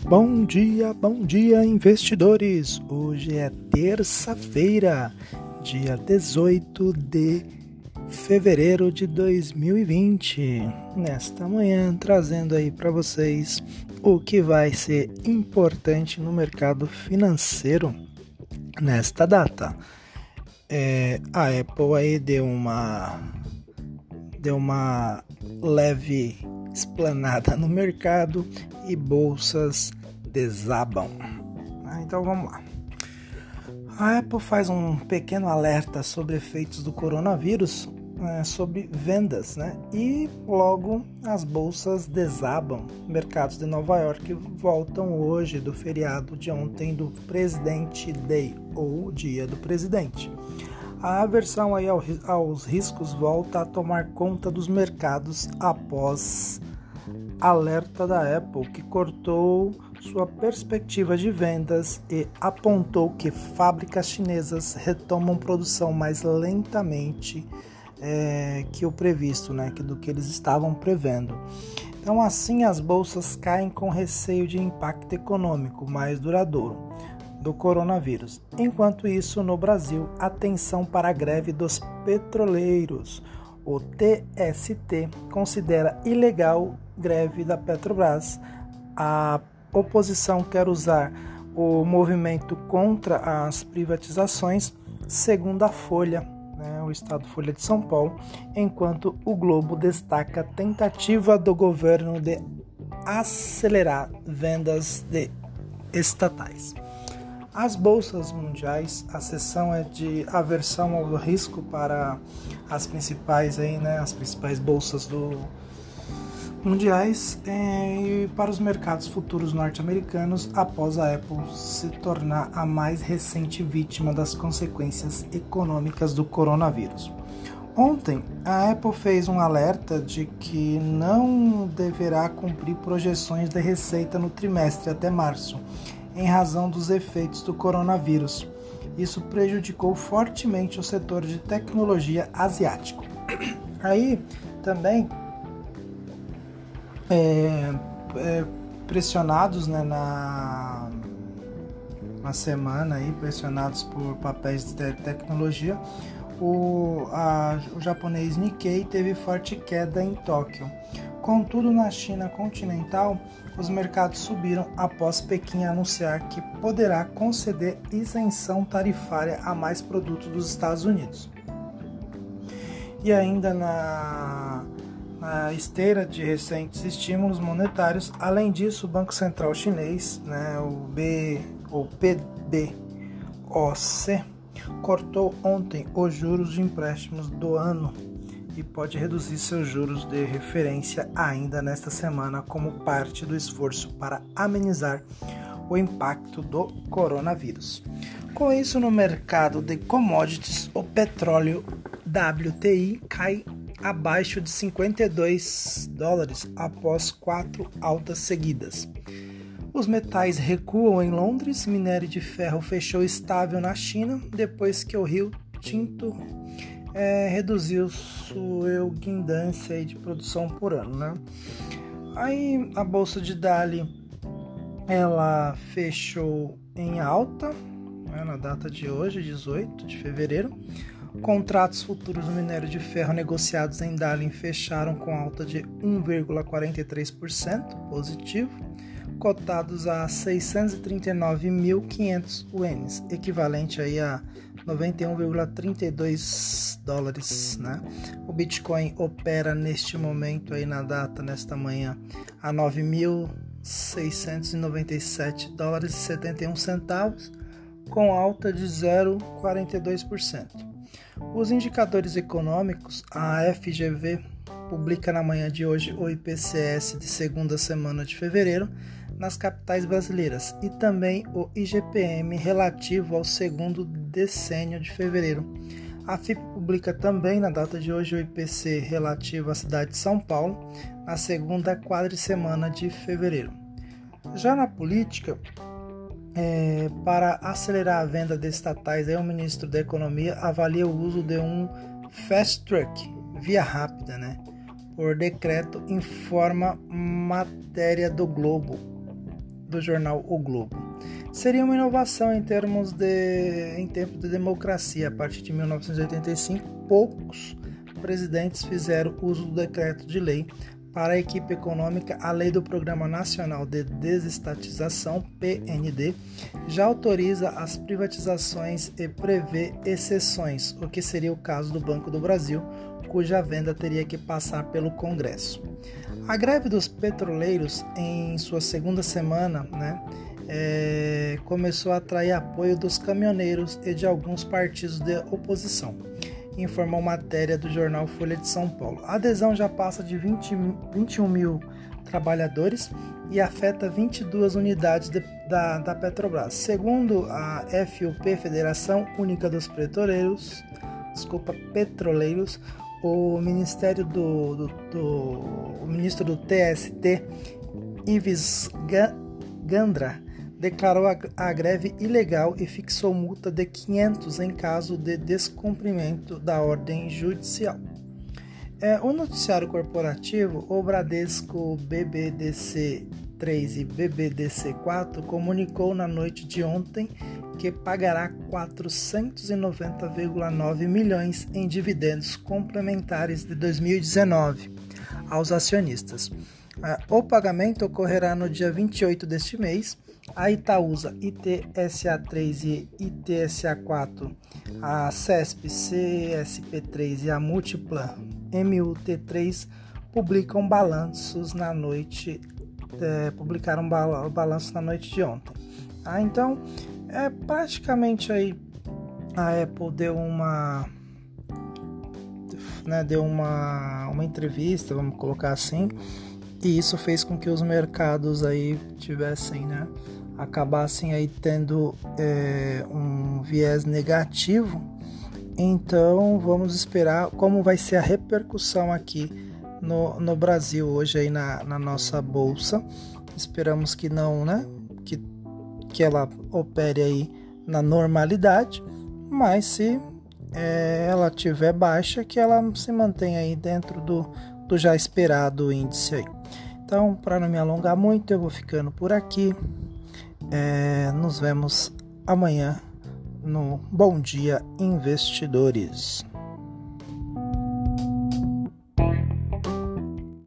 Bom dia, investidores! Hoje é terça-feira, dia 18 de fevereiro de 2020. Nesta manhã, trazendo aí para vocês o que vai ser importante no mercado financeiro nesta data. A Apple aí deu uma leve esplanada no mercado e bolsas desabam. Então vamos lá. A Apple faz um pequeno alerta sobre efeitos do coronavírus sobre vendas, e logo as bolsas desabam. Mercados de Nova York voltam hoje do feriado de ontem do Presidente Day, ou Dia do Presidente. A aversão aí aos riscos volta a tomar conta dos mercados após alerta da Apple, que cortou sua perspectiva de vendas e apontou que fábricas chinesas retomam produção mais lentamente que o previsto, do que eles estavam prevendo. Então, assim, as bolsas caem com receio de impacto econômico mais duradouro do coronavírus. Enquanto isso, no Brasil, atenção para a greve dos petroleiros. O TST considera ilegal greve da Petrobras. A oposição quer usar o movimento contra as privatizações, segundo a Folha, o Estado Folha de São Paulo, enquanto o Globo destaca a tentativa do governo de acelerar vendas de estatais. As bolsas mundiais, a sessão é de aversão ao risco para as principais bolsas mundiais e para os mercados futuros norte-americanos após a Apple se tornar a mais recente vítima das consequências econômicas do coronavírus. Ontem, a Apple fez um alerta de que não deverá cumprir projeções de receita no trimestre até março, em razão dos efeitos do coronavírus. Isso prejudicou fortemente o setor de tecnologia asiático. Aí também pressionados na semana, pressionados por papéis de tecnologia, o japonês Nikkei teve forte queda em Tóquio. Contudo, na China continental, os mercados subiram após Pequim anunciar que poderá conceder isenção tarifária a mais produtos dos Estados Unidos. E ainda na esteira de recentes estímulos monetários, além disso, o Banco Central Chinês, o PBOC, cortou ontem os juros de empréstimos do ano e pode reduzir seus juros de referência ainda nesta semana como parte do esforço para amenizar o impacto do coronavírus. Com isso, no mercado de commodities, o petróleo WTI cai abaixo de $52 após 4 altas seguidas. Os metais recuam em Londres, minério de ferro fechou estável na China, depois que o Rio Tinto reduziu sua guidância de produção por ano. Aí a bolsa de Dali ela fechou em alta, na data de hoje, 18 de fevereiro. Contratos futuros do minério de ferro negociados em Dalian fecharam com alta de 1,43% positivo, cotados a 639.500 ienes, equivalente aí a $91,32. O Bitcoin opera neste momento aí nesta manhã a $9.697,71, com alta de 0,42%. Os indicadores econômicos, a FGV publica na manhã de hoje o IPCS de segunda semana de fevereiro nas capitais brasileiras e também o IGPM relativo ao segundo decênio de fevereiro. A FIP publica também na data de hoje o IPC relativo à cidade de São Paulo na segunda quadricemana de fevereiro. Já na política, para acelerar a venda de estatais, o ministro da Economia avalia o uso de um fast track, via rápida, por decreto, informa matéria do Globo. do jornal O Globo. Seria uma inovação em tempos de democracia. A partir de 1985, poucos presidentes fizeram uso do decreto de lei. Para a equipe econômica, a Lei do Programa Nacional de Desestatização, PND, já autoriza as privatizações e prevê exceções, o que seria o caso do Banco do Brasil, cuja venda teria que passar pelo Congresso. A greve dos petroleiros, em sua segunda semana, começou a atrair apoio dos caminhoneiros e de alguns partidos de oposição, informou matéria do jornal Folha de São Paulo. A adesão já passa de 21 mil trabalhadores e afeta 22 unidades da Petrobras. Segundo a FUP, Federação Única dos Petroleiros, o ministro do TST, Ives Gandra, declarou a greve ilegal e fixou multa de 500 em caso de descumprimento da ordem judicial. O noticiário corporativo, o Bradesco BBDC 3 e BBDC 4 comunicou na noite de ontem que pagará 490,9 milhões em dividendos complementares de 2019 aos acionistas. O pagamento ocorrerá no dia 28 deste mês. A Itaúsa, ITSA3 e ITSA4, a CESP, CSP3 e a Multiplan, MUT3, publicaram balanços na noite de ontem. Então, praticamente aí a Apple deu uma entrevista, vamos colocar assim, e isso fez com que os mercados aí acabassem aí tendo um viés negativo. Então vamos esperar como vai ser a repercussão aqui no Brasil hoje aí na nossa bolsa. Esperamos que não, que ela opere aí na normalidade, mas se ela tiver baixa, que ela se mantenha aí dentro do já esperado índice aí. Então, para não me alongar muito, eu vou ficando por aqui. Nos vemos amanhã no Bom Dia Investidores.